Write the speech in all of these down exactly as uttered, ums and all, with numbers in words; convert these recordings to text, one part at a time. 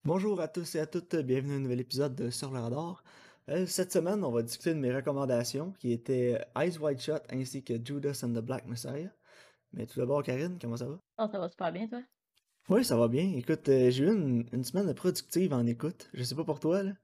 Bonjour à tous et à toutes, bienvenue à un nouvel épisode de Sur le radar. Euh, cette semaine, on va discuter de mes recommandations qui étaient Eyes Wide Shut ainsi que Judas and the Black Messiah. Mais tout d'abord, Karine, comment ça va? Oh, ça va super bien, toi? Oui, ça va bien. Écoute, euh, j'ai eu une, une semaine productive en écoute. Je sais pas pour toi, là.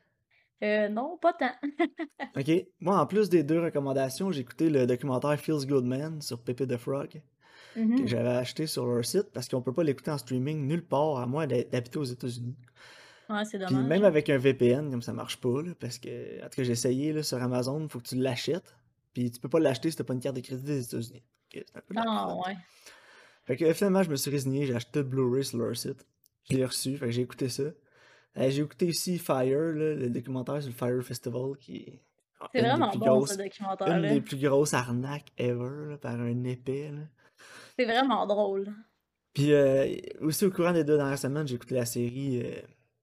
Euh, non, pas tant. Ok, moi, en plus des deux recommandations, j'ai écouté le documentaire Feels Good Man sur Pepe the Frog que Mhm. j'avais acheté sur leur site parce qu'on peut pas l'écouter en streaming nulle part à moins d'être- d'habiter aux États-Unis. Ouais, c'est Puis dommage. même avec un V P N, comme ça marche pas, là, parce que, en tout cas, j'ai essayé là, sur Amazon, faut que tu l'achètes. Puis tu peux pas l'acheter si t'as pas une carte de crédit des États-Unis. Ok, c'est un peu de la Ah, crotte. ouais. Fait que finalement, je me suis résigné, j'ai acheté le Blu-ray sur leur site. Je l'ai reçu, fait que j'ai écouté ça. Euh, j'ai écouté aussi Fire, là, le documentaire sur le Fire Festival, qui est ah, C'est une des vraiment plus bon, ce grosses, une documentaire-là. des plus grosses arnaques ever, là, par un épais, là. C'est vraiment drôle. Puis euh, aussi au courant des deux dernières semaines, j'ai écouté la série euh,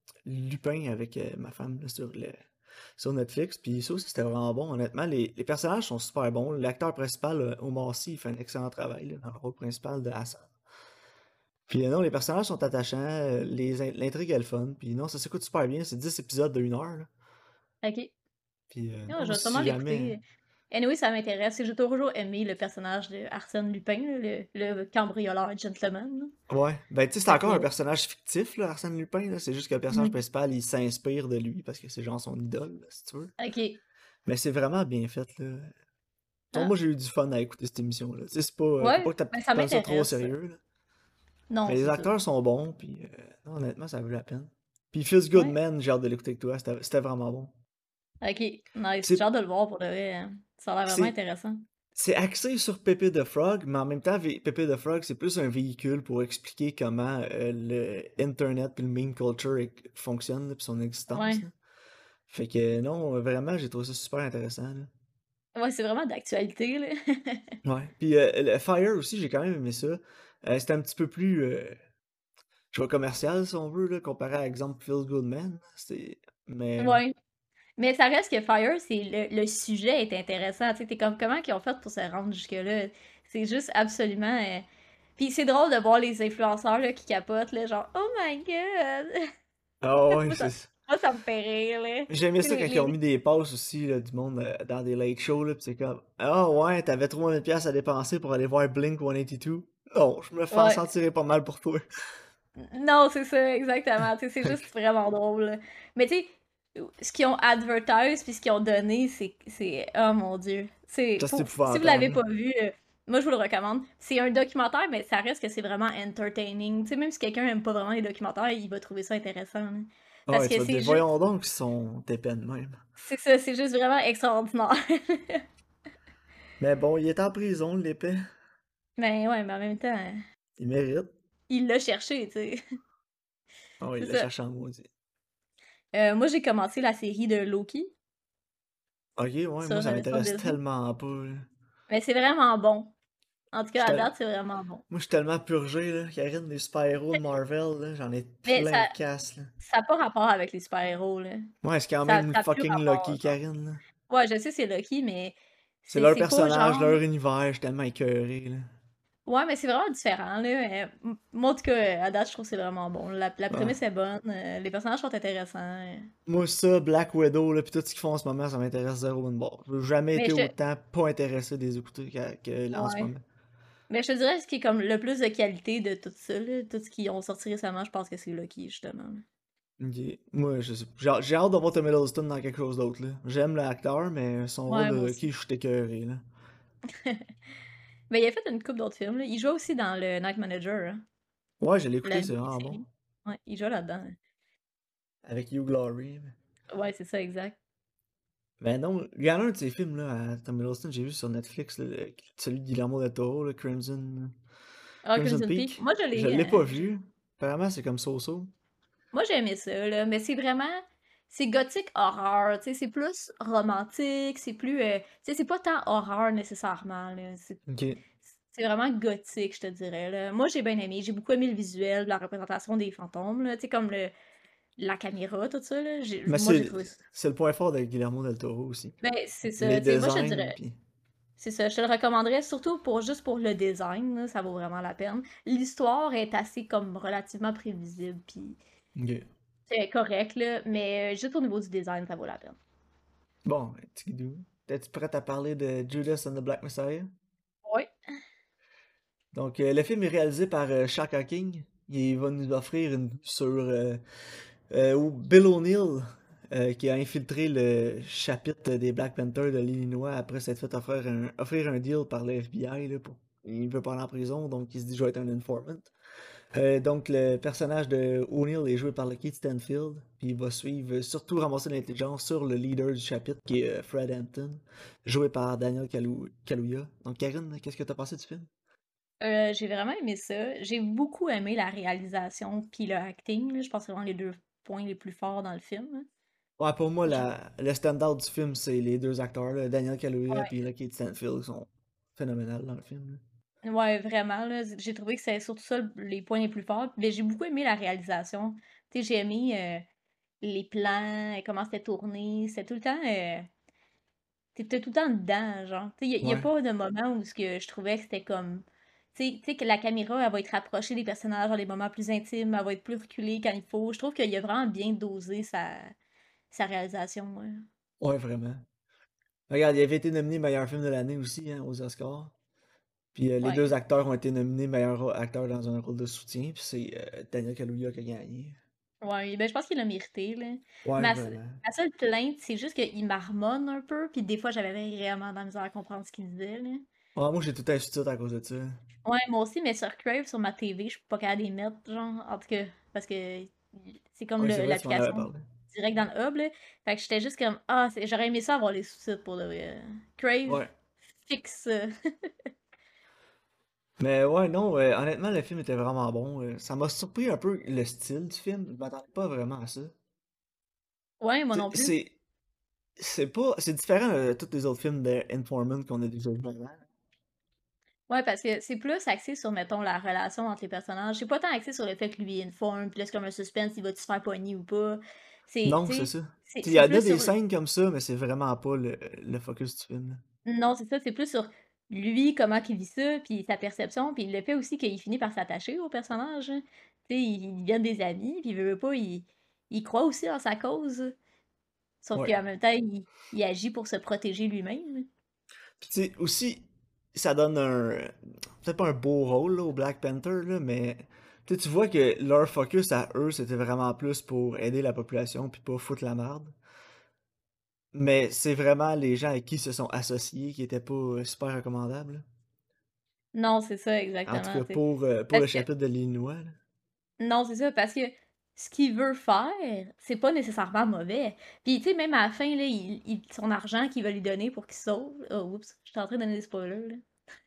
Lupin avec euh, ma femme là, sur le sur Netflix. Puis ça aussi, c'était vraiment bon, honnêtement. Les, les personnages sont super bons. L'acteur principal, euh, Omar Sy, il fait un excellent travail là, dans le rôle principal de Hassan. Puis euh, non, les personnages sont attachants, euh, les in- l'intrigue est le fun. Puis non, ça s'écoute super bien. C'est dix épisodes de une heure. Là. Ok. Puis euh, Non, non, je vais sûrement si jamais. l'écouter. Anyway, ça m'intéresse. J'ai toujours aimé le personnage de Arsène Lupin, là, le, le cambrioleur gentleman, là. Ouais, ben tu sais, c'est Fait encore un que... personnage fictif, là, Arsène Lupin. Là. C'est juste que le personnage Mhm. principal, il s'inspire de lui parce que c'est genre son idole, là, si tu veux. Ok. Mais c'est vraiment bien fait, là. Donc, Ah. moi, j'ai eu du fun à écouter cette émission-là. Tu sais, c'est pas. euh, faut Ouais, pas que t'a- ben tu ça prennes ça trop au m'intéresse. sérieux, là. Non, Mais les c'est ça. acteurs sont bons, puis euh, non, honnêtement, ça vaut la peine. Puis Feels Good Ouais. Man, j'ai hâte de l'écouter avec toi, c'était c'était vraiment bon. Ok, nice. J'ai C'est hâte de le voir pour de vrai, hein. Ça a l'air vraiment c'est intéressant. c'est axé sur Pepe the Frog, mais en même temps, Ve- Pepe the Frog, c'est plus un véhicule pour expliquer comment euh, le Internet puis le meme culture e- fonctionne, là, puis son existence, Ouais. là. Fait que non, vraiment, j'ai trouvé ça super intéressant, là. Ouais, c'est vraiment d'actualité, là. Ouais. Puis euh, le Fire aussi, j'ai quand même aimé ça. Euh, c'était un petit peu plus, euh, je vois commercial si on veut, là, comparé à exemple Feels Good Man. C'est. Mais ouais. Ouais. Mais ça reste que Fire, c'est le, le sujet est intéressant. Tu sais, t'es comme comment ils ont fait pour se rendre jusque-là. C'est juste absolument. euh, Puis c'est drôle de voir les influenceurs là, qui capotent, là, genre Oh my god! Ah ouais, moi, ça, c'est. moi, ça me fait rire, là. J'ai aimé Tu ça sais, quand ils les, ont les- mis des passes aussi là, du monde euh, dans des late shows là, pis c'est comme ah ouais, t'avais trois mille pièces à dépenser pour aller voir Blink cent quatre-vingt-deux. Non, je me fais en Ouais. sentir pas mal pour toi. Non, c'est ça, exactement. Tu sais, c'est juste vraiment drôle, là. Mais tu sais, ce qu'ils ont advertise puis ce qu'ils ont donné, c'est, c'est, oh mon Dieu. C'est, Ça c'est pour, si vous l'avez épouvantable. pas vu, euh, moi je vous le recommande. C'est un documentaire, mais ça reste que c'est vraiment entertaining. Tu sais, même si quelqu'un aime pas vraiment les documentaires, il va trouver ça intéressant, là. Ah Parce ouais, tu que vas te c'est dire, juste, voyons donc, ils sont épais de même. c'est ça, c'est juste vraiment extraordinaire. Mais bon, il est en prison, l'épais. Mais ouais, mais en même temps, euh, Il mérite. il l'a cherché, tu sais. Ah ouais, C'est il l'a ça. cherché en maudit. Euh, moi, j'ai commencé la série de Loki Ok, ouais, moi sur, ça euh, sur m'intéresse Disney. tellement pas, là. Mais c'est vraiment bon. En tout cas, à J'étais- date, c'est vraiment bon. Moi je suis tellement purgé, là. Karine, des super-héros de Marvel, là, j'en ai Mais plein ça le casse, là. ça a pas rapport avec les super-héros, là. Ouais, c'est quand Ça même ça a plus fucking rapport, Lucky, genre. Karine, là. Ouais, je sais, c'est Loki, mais C'est c'est leur c'est pas personnage, genre. leur univers, je suis tellement écœuré, là. Ouais, mais c'est vraiment différent, là. Euh, m- moi, en tout cas, à date, je trouve que c'est vraiment bon. La, la Ouais. prémisse est bonne, euh, les personnages sont intéressants. euh. Moi, ça, Black Widow, là, pis tout ce qu'ils font en ce moment, ça m'intéresse zéro une barre. J'ai jamais Mais été je te... autant pas intéressé des écouteurs que, que là, en ce Ouais. moment. Mais je te dirais, ce qui est comme le plus de qualité de tout ça, là, tout ce qu'ils ont sorti récemment, je pense que c'est Loki, justement. Ok. Moi, je sais. J'ai j'ai hâte de voir Tom Hiddleston dans quelque chose d'autre, là. J'aime l'acteur, mais son rôle Ouais, de moi Loki, aussi. je suis écœuré, là. Mais il a fait une couple d'autres films, là. Il joue aussi dans le Night Manager, hein, Ouais, je l'ai écouté, la c'est vraiment bon. mini-série. Ouais, il joue là-dedans. Avec Hugh Laurie. Ouais, c'est ça, exact. Mais non, il y en a un de ces films, là, à Tom Hiddleston, j'ai vu sur Netflix, là, le- celui de Guillermo del Toro, le Crimson, Ah, Crimson Crimson Peak. Peak. Moi, je Je l'ai. l'ai pas euh, je- vu. Apparemment, c'est comme so-so. Moi, j'ai aimé ça, là. Mais c'est vraiment. C'est gothique horreur. Tu sais, c'est plus romantique. C'est plus. euh, Tu sais, c'est pas tant horreur nécessairement, là. C'est Ok. c'est vraiment gothique, je te dirais, là. Moi, j'ai bien aimé. J'ai beaucoup aimé le visuel, la représentation des fantômes, là. Tu sais, comme le... la caméra, tout ça, là. J'ai- Mais Moi, j'ai c'est trouvé ça. c'est le point fort de Guillermo del Toro aussi. Ben, c'est ça. Les Tu sais, moi, je te designs, dirais. puis. C'est ça, je te le recommanderais surtout pour juste pour le design, là, ça vaut vraiment la peine. L'histoire est assez comme relativement prévisible, puis Ok. C'est correct, là, mais euh, juste au niveau du design, ça vaut la peine. Bon, ben, Tigidou, t'es-tu prête à parler de Judas and the Black Messiah? Ouais. Donc, euh, le film est réalisé par euh, Shaka King. Il va nous offrir une sur euh, euh, où Bill O'Neill, euh, qui a infiltré le chapitre des Black Panthers de l'Illinois après s'être fait offrir un, offrir un deal par le F B I. Là, pour... Il veut pas aller en prison, donc il se dit je vais être un informant. Euh, donc, le personnage de O'Neill est joué par le Keith Stanfield, puis il va suivre surtout ramasser de l'intelligence sur le leader du chapitre, qui est euh, Fred Hampton, joué par Daniel Kalou- Kaluuya. Donc, Karine, qu'est-ce que t'as pensé du film? Euh, j'ai vraiment aimé ça. J'ai beaucoup aimé la réalisation puis le acting, là. Je pense que c'est vraiment les deux points les plus forts dans le film, là. Ouais, pour moi, J'ai- la, le standard du film, c'est les deux acteurs, là, Daniel Kaluuya Ouais, puis le Keith Stanfield, qui sont phénoménales dans le film. ouais, vraiment, là. J'ai trouvé que c'est surtout ça les points les plus forts. Mais j'ai beaucoup aimé la réalisation. Tu sais, j'ai aimé euh, les plans, euh, comment c'était tourné. C'était tout le temps. euh, T'étais tout le temps dedans, genre. Tu sais, il Là. n'y a, Ouais. pas de moment où ce que je trouvais que c'était comme. Tu sais, tu sais que la caméra, elle va être rapprochée des personnages dans les moments plus intimes, elle va être plus reculée quand il faut. Je trouve qu'il a vraiment bien dosé sa, sa réalisation, ouais. Ouais, vraiment. Regarde, il avait été nominé meilleur film de l'année aussi, hein, aux Oscars. Puis euh, les deux Ouais. acteurs ont été nominés meilleur acteur dans un rôle de soutien, puis c'est euh, Daniel Kaluuya qui a gagné. Ouais, ben je pense qu'il l'a mérité, là. Ouais, Ma, vraiment. ma seule plainte, c'est juste qu'il marmonne un peu, puis des fois, j'avais vraiment de la misère à comprendre ce qu'il disait, là. Ouais, moi, j'ai tout un sous à cause de ça. Ouais, moi aussi, mais sur Crave, sur ma T V, je suis pas capable de les mettre, genre, en tout cas, parce que c'est comme Ouais, c'est le- vrai, tu m'en avais l'application parlé. direct dans le hub, là. Fait que j'étais juste comme, ah, c'est- j'aurais aimé ça avoir les sous-titres pour le vrai. Crave, Ouais. fixe ça. Mais ouais, non, euh, honnêtement, le film était vraiment bon. euh, ça m'a surpris un peu le style du film. Je m'attendais pas vraiment à ça. Ouais, moi Tu non sais, plus. c'est c'est pas c'est différent de tous les autres films de Informant qu'on a déjà vus avant. Ouais, parce que c'est plus axé sur, mettons, la relation entre les personnages. C'est pas tant axé sur le fait que lui il informe, puis là, c'est comme un suspense, il va-tu se faire pogner ou pas. C'est, Non, tu c'est sais, ça. c'est Tu sais, il y c'est en a plus des sur. scènes comme ça, mais c'est vraiment pas le, le focus du film. Là. Non, c'est ça, c'est plus sur lui, comment il vit ça, puis sa perception, puis le fait aussi qu'il finit par s'attacher au personnage, hein. Tu sais, ils ils deviennent des amis, puis il veut veut pas, il, il croit aussi en sa cause. Sauf Ouais. qu'en même temps, il, il agit pour se protéger lui-même. Puis tu sais, aussi, ça donne un. Peut-être pas un beau rôle là, au Black Panther, là, mais tu sais, tu vois que leur focus à eux, c'était vraiment plus pour aider la population puis pas foutre la merde. Mais c'est vraiment les gens avec qui ils se sont associés qui étaient pas euh, super recommandables. Non, c'est ça, En tout exactement, cas, tu sais. pour, euh, pour Parce le que chapitre de l'Illinois. Là. Non, c'est ça, parce que ce qu'il veut faire, c'est pas nécessairement mauvais. Puis, tu sais, même à la fin, là, il, il- son argent qu'il va lui donner pour qu'il se sauve. Oh, oups, je suis en train de donner des spoilers, là.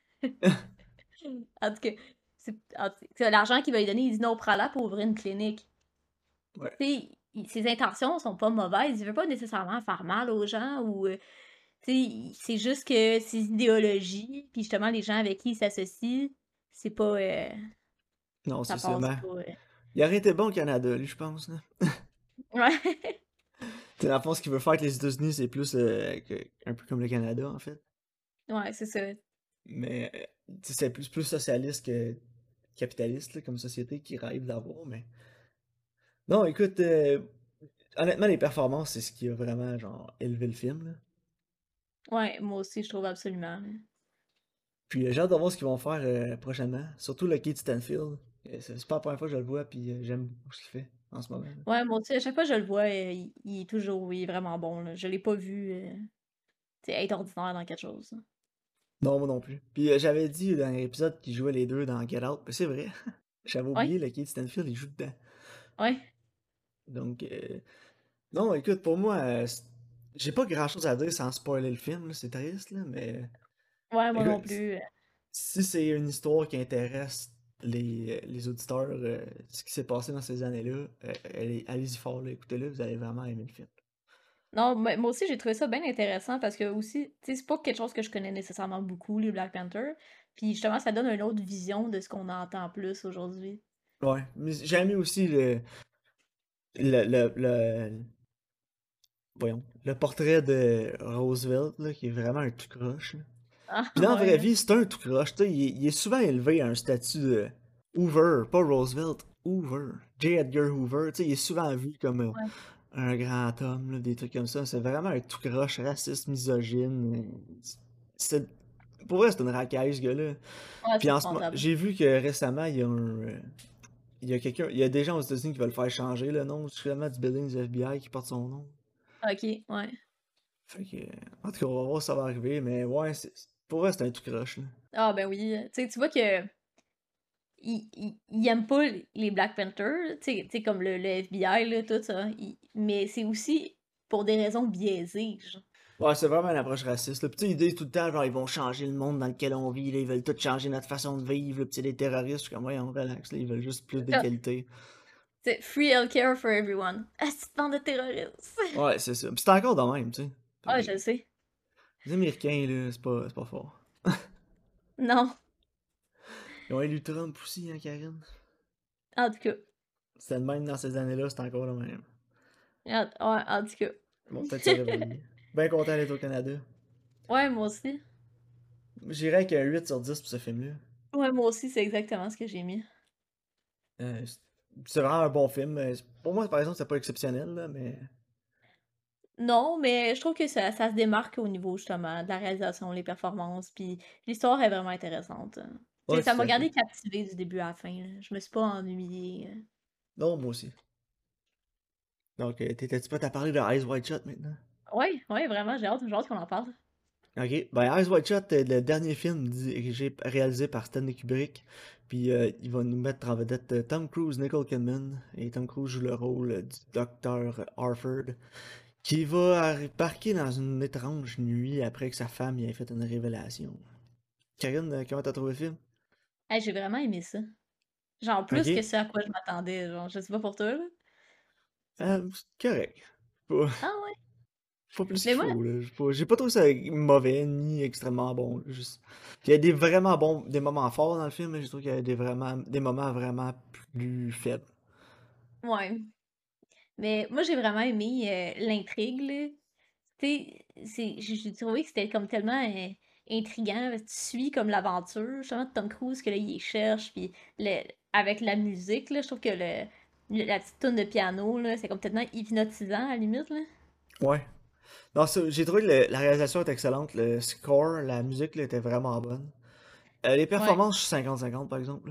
En tout cas, c'est en tout cas, l'argent qu'il va lui donner, il dit non, prends-la pour ouvrir une clinique. Ouais. Tu sais, il- ses intentions sont pas mauvaises. Il veut pas nécessairement faire mal aux gens ou. euh, tu sais, il- c'est juste que ses idéologies, puis justement, les gens avec qui il s'associe, c'est pas. euh, Non, ça c'est ça. passe Ben, pas. euh. il aurait été bon au Canada, lui, je pense. Là. Ouais. Tu sais, dans le fond, ce qu'il veut faire avec les États-Unis, c'est plus euh, que- un peu comme le Canada, en fait. Ouais, c'est ça. Mais euh, tu sais, c'est plus, plus socialiste que capitaliste là, comme société qui rêve d'avoir. Mais non, écoute, euh, honnêtement, les performances, c'est ce qui a vraiment genre élevé le film. Là. Ouais, moi aussi, je trouve absolument. Puis euh, j'ai hâte de voir ce qu'ils vont faire euh, prochainement. Surtout le Keith Stanfield. Euh, C'est c'est pas la première fois que je le vois, puis euh, j'aime beaucoup ce qu'il fait en ce moment. Là. Ouais, moi aussi, à chaque fois que je le vois, euh, il, il est toujours, il est vraiment bon, là. Je l'ai pas vu, euh, tu sais, être ordinaire dans quelque chose, là. Non, moi non plus. Puis euh, j'avais dit dans l'épisode qu'ils jouaient les deux dans Get Out. Mais c'est vrai. J'avais Ouais, oublié, le Keith Stanfield, il joue dedans. ouais, Donc, euh, non, écoute, pour moi, euh, c'est- j'ai pas grand-chose à dire sans spoiler le film. là, C'est triste, là, mais... ouais, moi non Écoute, plus. euh. si c'est une histoire qui intéresse les, les auditeurs, euh, ce qui s'est passé dans ces années-là, euh, allez- allez-y fort, là, écoutez-le, vous allez vraiment aimer le film. Non, mais moi aussi, j'ai trouvé ça bien intéressant parce que aussi, tu sais, c'est pas quelque chose que je connais nécessairement beaucoup, les Black Panther. Puis justement, ça donne une autre vision de ce qu'on entend plus aujourd'hui. Ouais, mais j'ai aimé aussi le, le, le, le- voyons, le portrait de Roosevelt, là, qui est vraiment un tout croche. là. Ah, Puis dans la vraie ouais. vie, c'est un tout croche, tu sais, il, est il est souvent élevé à un statut de Hoover, pas Roosevelt. Hoover. J. Edgar Hoover, tu sais, il est souvent vu comme euh, Ouais, un grand homme, là, des trucs comme ça. C'est vraiment un tout croche, raciste, misogyne. euh, C'est... Pour vrai, c'est une racaille, ce gars-là. ouais, Puis c'est en ce moment, épouvantable. j'ai vu que récemment, il y a un... euh, il y a quelqu'un... Il y a des gens aux États-Unis qui veulent faire changer le nom justement du building du F B I qui porte son nom. Ok, ouais. Fait que... En tout cas, on va voir si ça va arriver, mais ouais, c'est... Pour vrai, c'est un tout croche, là. Ah, ben oui. Tu sais, tu vois que. Ils, ils, ils aiment pas les Black Panthers, tu sais, tu sais, comme le, le F B I, là, tout ça. Ils- mais c'est aussi pour des raisons biaisées, genre. Ouais, c'est vraiment une approche raciste, là. Pis tu sais, ils disent tout le temps, genre, ils vont changer le monde dans lequel on vit, là, ils veulent tout changer notre façon de vivre, là. Pis c'est des terroristes, je suis comme, ouais, on relaxe, là, ils veulent juste plus Ah, d'égalité. c'est free healthcare for everyone. Ah, c'est bande de terroristes. Ouais, c'est ça. Pis c'est encore de même, tu sais. Fait Ah, que je le sais. les Américains, là, c'est pas, c'est pas fort. Non. Ils ont élu Trump aussi, hein, Karine? En tout cas. C'était le même dans ces années-là, c'est encore le même. En, ouais, en tout Ils vont peut-être se cas. réveiller. Ben content d'être au Canada. Ouais, moi aussi. J'irais avec un huit sur dix pour ce film-là. Ouais, moi aussi, c'est exactement ce que j'ai mis. Euh, c'est c'est vraiment un bon film. mais Pour moi, par exemple, c'est pas exceptionnel, là, mais... Non, mais je trouve que ça, ça se démarque au niveau justement de la réalisation, les performances, puis l'histoire est vraiment intéressante. Tu sais, Ouais, ça tout m'a à fait. gardé captivée du début à la fin, là. Je me suis pas ennuyée. euh. Non, moi aussi. Donc, euh, t'étais-tu prêt à parler de Eyes Wide Shut maintenant? Ouais, ouais, vraiment, j'ai hâte, j'ai hâte qu'on en parle. Ok, ben Eyes Wide Shut, est le dernier film dirigé, réalisé par Stanley Kubrick. Puis euh, il va nous mettre en vedette euh, Tom Cruise, Nicole Kidman. Et Tom Cruise joue le rôle euh, du docteur Harford, qui va embarquer dans une étrange nuit après que sa femme y ait fait une révélation. Karine, euh, comment t'as trouvé le film? Hey, j'ai vraiment aimé ça. Genre Ok, plus que ce à quoi je m'attendais, genre, je sais pas pour toi, là. euh, c'est correct. Pas, Ah ouais. pas plus Mais qu'il moi, faut, là. J'ai pas, j'ai pas trouvé ça mauvais ni extrêmement bon. là, Juste... Il y a des vraiment bons, des moments forts dans le film, mais je trouve qu'il y a des, vraiment, des moments vraiment plus faibles. ouais. Mais moi, j'ai vraiment aimé euh, l'intrigue, là. Tu sais, c'est, j'ai j'ai trouvé que c'était comme tellement euh, intriguant. Parce que tu suis comme l'aventure, justement, de Tom Cruise, que là, il les cherche, puis le, avec la musique, là, je trouve que le, le- la petite tune de piano, là, c'est comme tellement hypnotisant, à la limite, là. Ouais. Non, ça, j'ai trouvé que le- la réalisation était excellente. Le score, la musique là, était vraiment bonne. Euh, les Ouais. performances, je suis cinquante cinquante par exemple.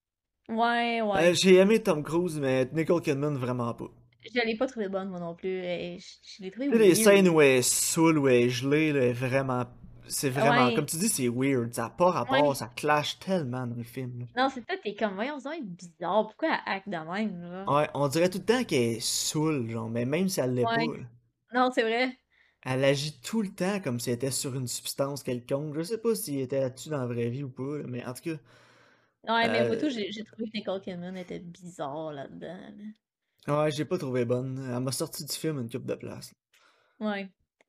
Ouais, Euh, ouais. j'ai aimé Tom Cruise, mais Nicole Kidman, vraiment pas. Je l'ai pas trouvé bonne, moi non plus. Et je, je l'ai trouvé Tu sais, les scènes weird. où elle est saoule, où elle est gelée, là, est vraiment. C'est vraiment. Comme Ouais, tu dis, c'est weird. Ça n'a pas rapport, ouais. ça clash tellement dans le film. Non, c'est ça, t'es comme, voyons, c'est bizarre. Pourquoi elle acte de même, là? là. Ouais, on dirait tout le temps qu'elle est saoule, genre, mais même si elle l'est Ouais. pas, là. Non, c'est vrai. Elle agit tout le temps comme si elle était sur une substance quelconque. Je sais pas s'il était là-dessus dans la vraie vie ou pas, là, mais en tout cas. Ouais, mais pour Euh, tout, j'ai j'ai trouvé que Nicole Kidman était bizarre là-dedans, là. Ouais, j'ai pas trouvé bonne. Elle m'a sorti du film une coupe de place. Ouais.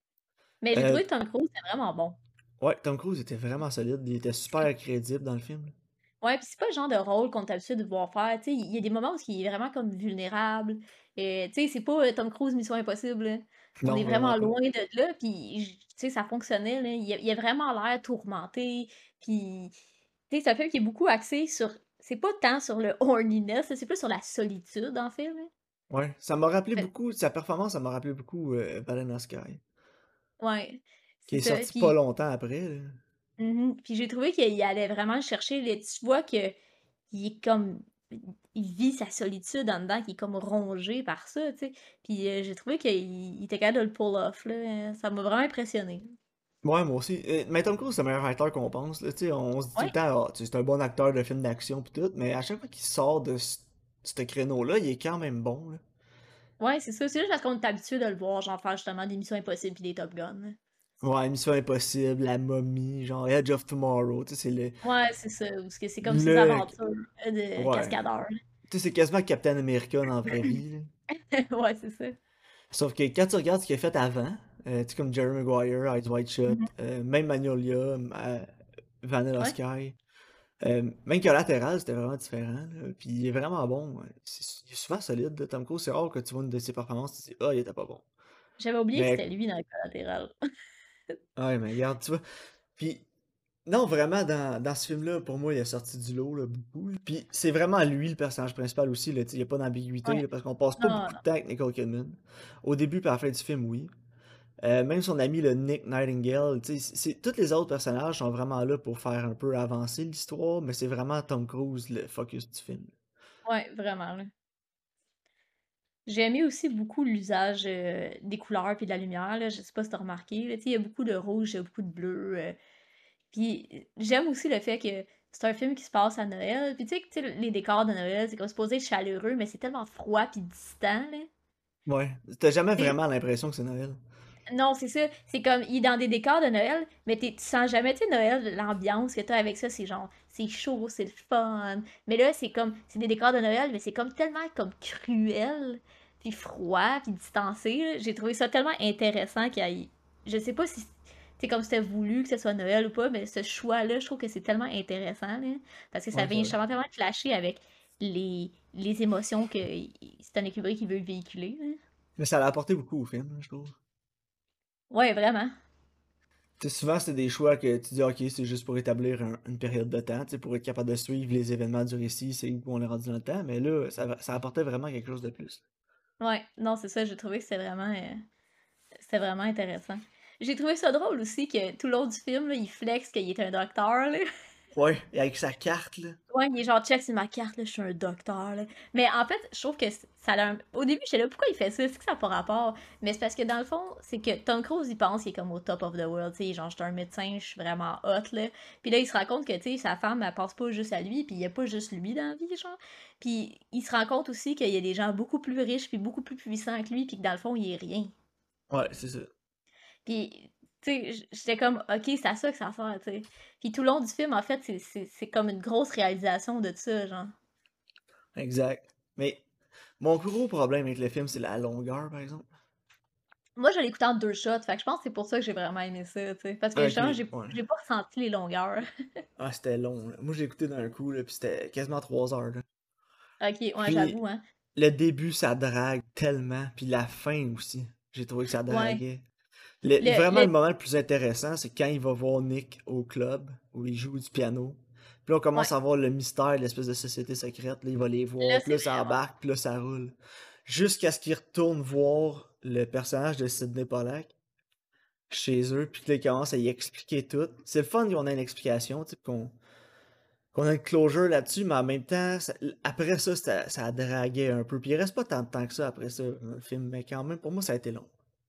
Mais j'ai Euh, trouvé que Tom Cruise était vraiment bon. ouais, Tom Cruise était vraiment solide. Il était C'est- super crédible dans le film. Ouais, pis c'est pas le genre de rôle qu'on est habitué de voir faire. Tu sais, il y a des moments où il est vraiment comme vulnérable. Et tu sais, c'est pas euh, Tom Cruise Mission Impossible, là. On Non, est vraiment vraiment pas. loin de là, puis j- tu sais, ça fonctionnait, là. Il a, il a vraiment l'air tourmenté, puis tu sais, c'est un film qui est beaucoup axé sur... C'est pas tant sur le horniness, c'est plus sur la solitude, en fait, là. Ouais, ça m'a rappelé Fait- beaucoup, sa performance, ça m'a rappelé beaucoup euh, Vanilla Sky, Ouais, qui c'est est ça. sorti pas Puis longtemps après. Là. mhm. Puis j'ai trouvé qu'il allait vraiment chercher les... Tu vois que il est comme... Il vit sa solitude en dedans, qui est comme rongé par ça, tu sais. Puis euh, j'ai trouvé qu'il il était capable de le pull off, là. Ça m'a vraiment impressionné. Ouais, moi aussi. Euh, Mais Tom Cruise, c'est le meilleur acteur qu'on pense. Là. Tu sais, on se dit tout le Ouais, temps, ah, tu sais, c'est un bon acteur de film d'action pis tout, mais à chaque fois qu'il sort de ce ce créneau-là, il est quand même bon. Là. ouais, c'est ça. C'est juste parce qu'on est habitué de le voir, genre faire justement des missions impossibles puis des Top Gun, là. Ouais, Mission Impossible, La Momie, genre Edge of Tomorrow, tu sais, c'est le, Ouais, c'est ça. Parce que c'est comme ses le... aventures euh, de Ouais. cascadeur, Tu sais, c'est quasiment Captain America dans la vraie vie. Là. là. Ouais, c'est ça. Sauf que quand tu regardes ce qu'il a fait avant, euh, tu sais, comme Jerry Maguire, Eyes Wide Shut, Mhm. euh, même Magnolia, euh, Vanilla Ouais. Sky, euh, même Collateral, c'était vraiment différent. Là. Puis il est vraiment bon. ouais. C'est- il est souvent solide. Là. Tom Cruise, c'est rare que tu vois une de ses performances, tu te dis, ah, il était pas bon. J'avais oublié que Mais, c'était lui dans le collatéral. ouais, mais regarde, tu vois. Puis Non, vraiment, dans, dans ce film-là, pour moi, il a sorti du lot, là, beaucoup. Là. Puis c'est vraiment lui le personnage principal aussi, là, tu sais, il n'y a pas d'ambiguïté, Ouais. là, parce qu'on passe pas Non, beaucoup non. de temps avec Nicole Kidman. Au début puis à la fin du film, oui. Euh, même son ami, le Nick Nightingale, tu sais, c'est, c'est- tous les autres personnages sont vraiment là pour faire un peu avancer l'histoire, mais c'est vraiment Tom Cruise le focus du film. Ouais, vraiment, là. J'ai aimé aussi beaucoup l'usage euh, des couleurs puis de la lumière, là. Je sais pas si t'as remarqué, là. Tu sais, il y a beaucoup de rouge, il y a beaucoup de bleu. euh, Puis euh, j'aime aussi le fait que c'est un film qui se passe à Noël. Puis tu sais, que, tu sais, les décors de Noël, c'est comme supposé être chaleureux, mais c'est tellement froid puis distant, là. Ouais. T'as jamais Tu sais, vraiment l'impression que c'est Noël. non, c'est ça. C'est comme, il est dans des décors de Noël, mais t'es- tu sens jamais, tu sais, Noël, l'ambiance que t'as avec ça, c'est genre, c'est chaud, c'est le fun. Mais là, c'est comme, c'est des décors de Noël, mais c'est comme tellement comme cruel, puis froid, puis distancé, là. J'ai trouvé ça tellement intéressant qu'il y ait- je sais pas si c'est comme c'était voulu que ce soit Noël ou pas, mais ce choix-là, je trouve que c'est tellement intéressant, là, parce que ça Ouais, c'est vient vrai. justement tellement clasher avec les, les émotions que Stanley Kubrick qui veut véhiculer, là. Mais ça l'a apporté beaucoup au film, je trouve. Ouais, vraiment. Tu sais, souvent, c'est des choix que tu dis, ok, c'est juste pour établir un- une période de temps, tu sais, pour être capable de suivre les événements du récit, c'est où on est rendu dans le temps, mais là, ça, va- ça apportait vraiment quelque chose de plus. Ouais, non, c'est ça, j'ai trouvé que c'était vraiment, euh, c'était vraiment intéressant. J'ai trouvé ça drôle aussi que tout le long du film, là, il flex qu'il est un docteur, là. Ouais, et avec sa carte, là. Ouais, il est genre, check, c'est ma carte, là, je suis un docteur, là. Mais en fait, je trouve que c- ça a un... Au début, j'étais là, pourquoi il fait ça? C'est que ça n'a pas rapport. Mais c'est parce que dans le fond, c'est que Tom Cruise, il pense qu'il est comme au top of the world, tu sais, genre, je suis un médecin, je suis vraiment hot, là. Puis là, il se rend compte que, tu sais, sa femme, elle pense pas juste à lui, puis il y a pas juste lui dans la vie, genre. Puis il se rend compte aussi qu'il y a des gens beaucoup plus riches, puis beaucoup plus puissants que lui, puis que dans le fond, il est rien. Ouais, c'est ça. Puis, tu sais, j- j'étais comme, ok, c'est à ça que ça sert, tu sais. Puis tout le long du film, en fait, c'est c'est- c'est comme une grosse réalisation de ça, genre. Exact. Mais mon plus gros problème avec le film, c'est la longueur, par exemple. Moi, je l'ai écouté en deux shots, fait que je pense que c'est pour ça que j'ai vraiment aimé ça, tu sais. Parce que Ok, justement, j'ai ouais. j'ai pas ressenti les longueurs. Ah, c'était long, là. Moi, j'ai écouté d'un coup, là, puis c'était quasiment trois heures, là. Ok, ouais, Puis j'avoue, hein. le début, ça drague tellement, puis la fin aussi. J'ai trouvé que ça Ouais. draguait. Le- Le, vraiment, le le... moment le plus intéressant, c'est quand il va voir Nick au club, où il joue du piano. Puis là, on Ouais, commence à voir le mystère de l'espèce de société secrète. Là, il va les là, voir, puis c'est là, ça vraiment... embarque, puis là, ça roule. Jusqu'à ce qu'il retourne voir le personnage de Sidney Pollack chez eux, puis que là, il commence à y expliquer tout. C'est le fun qu'on a une explication, tu sais, qu'on qu'on a une closure là-dessus, mais en même temps, ça- après ça, ça, ça draguait un peu. Puis il reste pas tant de temps que ça après ça, dans le film, mais quand même, pour moi, ça a été long.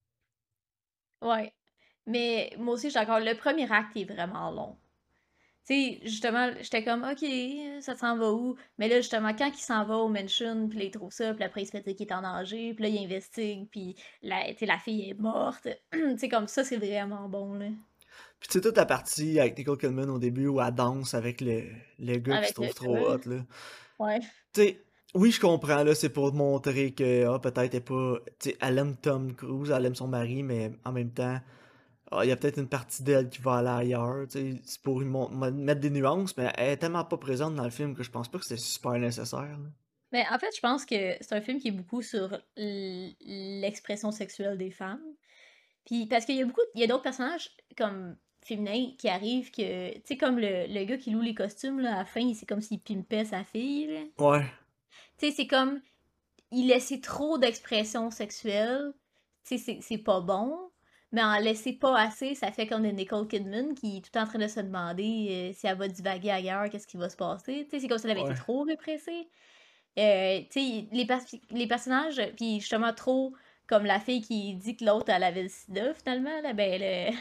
Ouais. Mais moi aussi, je suis d'accord. Le premier acte est vraiment long. Tu sais, justement, j'étais comme, OK, ça s'en va où? Mais là, justement, quand il s'en va au mansion, puis là, il trouve ça, puis après, il se fait dire qu'il est en danger, puis là, il investigue, puis la, tu sais, la fille est morte. Tu sais, comme ça, c'est vraiment bon, là. Puis tu sais, toute la partie avec Nicole Kidman au début où elle danse avec le, le gars qui se Avec le trouve trop gars. hot, là. Ouais. Tu sais, oui, je comprends, là, c'est pour montrer que, ah, peut-être elle est pas. Tu sais, elle aime Tom Cruise, elle aime son mari, mais en même temps, ah, il y a peut-être une partie d'elle qui va aller ailleurs, tu sais. C'est pour lui mon- mettre des nuances, mais elle est tellement pas présente dans le film que je pense pas que c'est super nécessaire, là. Mais en fait, je pense que c'est un film qui est beaucoup sur l- l'expression sexuelle des femmes. Puis, parce qu'il y a beaucoup, il y a d'autres personnages, comme féminins, qui arrivent que, tu sais, comme le, le gars qui loue les costumes, là, à la fin, c'est comme s'il pimpait sa fille, là. Ouais, Tu sais, c'est comme, il laissait trop d'expression sexuelle, tu sais, c'est c'est pas bon, mais en laisser pas assez, ça fait comme de Nicole Kidman qui est tout le temps en train de se demander euh, si elle va divaguer ailleurs, qu'est-ce qui va se passer. Tu sais, c'est comme si elle avait été ouais. trop répressée. Euh, tu sais, les, pers- les personnages, puis justement trop comme la fille qui dit que l'autre, elle avait le sida, finalement, là, ben, le,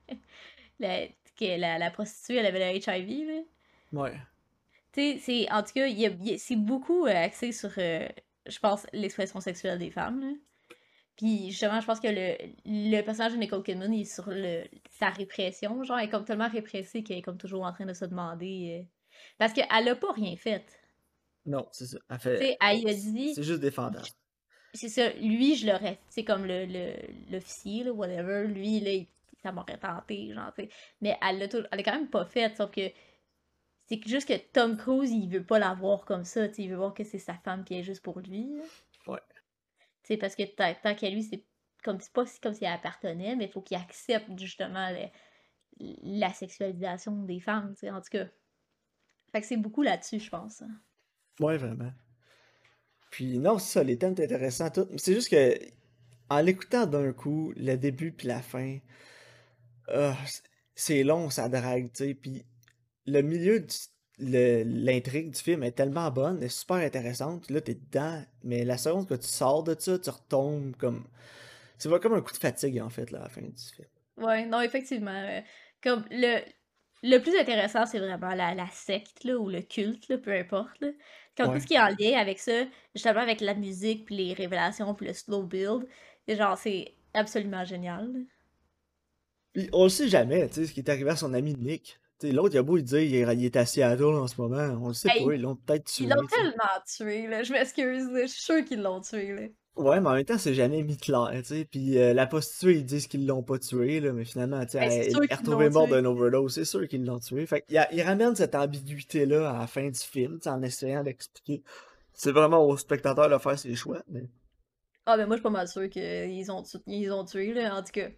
la, que la, la prostituée, elle avait le H I V, là. Ouais. Tu sais, c'est, en tout cas, il y a- il y a- c'est beaucoup euh, axé sur, euh, je pense, l'expression sexuelle des femmes, là. Puis justement, je pense que le, le personnage de Nicole Kidman, il est sur le, sa répression. Genre, elle est comme tellement répressée qu'elle est comme toujours en train de se demander. euh, Parce qu'elle a pas rien fait. Non, c'est ça. Elle Tu fait. sais, elle lui a dit, C'est juste des fantasmes. c'est ça, lui, je l'aurais. C'est comme le, le, l'officier, là, whatever. Lui, là, il- ça m'aurait tenté, genre, tu sais. Mais elle l'a tout- elle l'a quand même pas fait, sauf que c'est que juste que Tom Cruise, il veut pas la voir comme ça, tu sais. Il veut voir que c'est sa femme qui est juste pour lui, là. Ouais. Tu sais, parce que tant, tant qu'à lui, c'est comme c'est pas si- comme si elle appartenait, mais il faut qu'il accepte justement le- la sexualisation des femmes, tu sais, en tout cas. Fait que c'est beaucoup là-dessus, je pense. Ouais, vraiment. Puis non, c'est ça, les thèmes sont intéressants, tout. Mais c'est juste que, en l'écoutant d'un coup, le début puis la fin, ah, c- c'est long, ça drague, tu sais. Puis le milieu, du- le- l'intrigue du film est tellement bonne, elle est super intéressante. Là, t'es dedans, mais la seconde que tu sors de ça, tu retombes comme. C'est pas comme un coup de fatigue, en fait, là, à la fin du film. Ouais, non, effectivement. euh, comme le, le plus intéressant, c'est vraiment la, la secte, là, ou le culte, là, peu importe, là. Comme tout ce Ouais. qui est en lien avec ça, justement avec la musique, puis les révélations, puis le slow build. Et genre, c'est absolument génial, là. Puis on le sait jamais, tu sais, ce qui est arrivé à son ami Nick. Tu sais, l'autre, il a beau lui dire il est, il est à Seattle en ce moment, on le sait Hey, pas, ils l'ont peut-être ils l'ont tué, tu sais. tellement tué, là. Je m'excuse, là. Je suis sûre qu'ils l'ont tué, là. Ouais, mais en même temps, c'est jamais mis clair, tu sais. Puis euh, la prostituée, ils disent qu'ils l'ont pas tué, là, mais finalement, tu sais, Hey, c'est elle, sûr elle est qu'ils l'ont retrouvée morte tué. d'un overdose, c'est sûr qu'ils l'ont tué. Fait qu'il y a- il ramène cette ambiguïté-là à la fin du film, tu sais, en essayant d'expliquer. C'est vraiment au spectateur de faire ses choix, mais Ah, ben moi, je suis pas mal sûre qu'ils ont, tu- ils ont tué, là. En tout cas.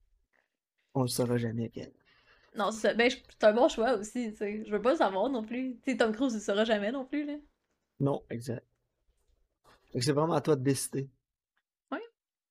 on le saura jamais, Ken. Non, c'est ça. Ben, je- c'est un bon choix aussi, tu sais. Je veux pas le savoir non plus. Tu sais, Tom Cruise, il saura jamais non plus, là. Non, exact. Fait que c'est vraiment à toi de décider. Ouais.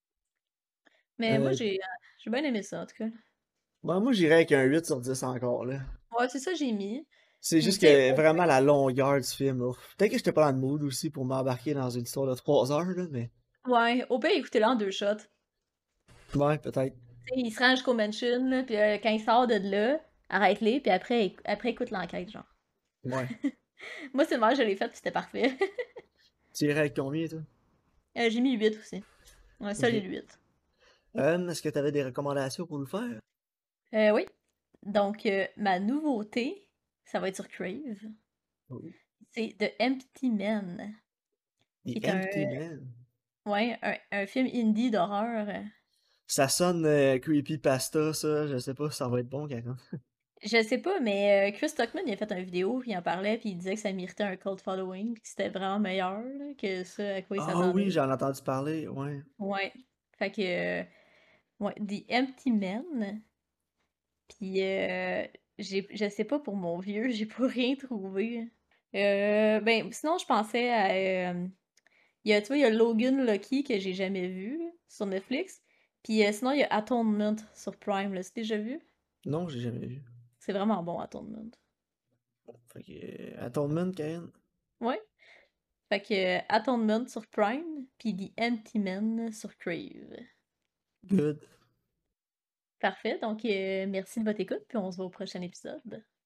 Mais moi, Euh, j'ai euh, j'ai bien aimé ça, en tout cas. bon, moi, j'irais avec un huit sur dix encore, là. Ouais, c'est ça que j'ai mis. C'est Puis, juste tu sais, que au- vraiment la longueur du film, là. Peut-être que j'étais pas dans le mood aussi pour m'embarquer dans une histoire de trois heures, là, mais. ouais, au pire, écoutez-le en deux shots. Ouais, peut-être. Tu sais, il se rend jusqu'au mansion, là, puis euh, quand il sort de là, arrête-les, puis après, éc- après, écoute l'enquête, genre. Ouais. Moi, c'est le même, je l'ai fait, puis c'était parfait. Tu irais avec combien, toi? Euh, j'ai mis huit aussi. Un Ok. solide huit. Euh, est-ce que tu avais des recommandations pour le faire? Euh, oui. Donc, euh, ma nouveauté, ça va être sur Crave. Oh. C'est The Empty Man, qui The est un, Empty Man. ouais, un, un film indie d'horreur. Ça sonne euh, creepypasta, ça. Je sais pas si ça va être bon, quand même. Je sais pas, mais euh, Chris Stockman, il a fait une vidéo, puis il en parlait, puis il disait que ça méritait un cult following, puis que c'était vraiment meilleur là, que ça à quoi il Ah oui, s'attendait. j'en ai entendu parler, ouais. Ouais. Fait que, euh, ouais, The Empty Man, puis euh, j'ai, je sais pas pour mon vieux, j'ai pas rien trouvé. Euh, ben, sinon, je pensais à... euh, il y a, tu vois, il y a Logan Lucky que j'ai jamais vu là, sur Netflix, puis euh, sinon, il y a Atonement sur Prime, là, c'est déjà vu? Non, j'ai jamais vu. C'est vraiment bon, Atonement. Fait que, euh, Atonement, Karen. Ouais. Fait que euh, Atonement sur Prime, puis The Empty Man sur Crave. Good. Parfait, donc euh, merci de votre écoute, puis on se voit au prochain épisode.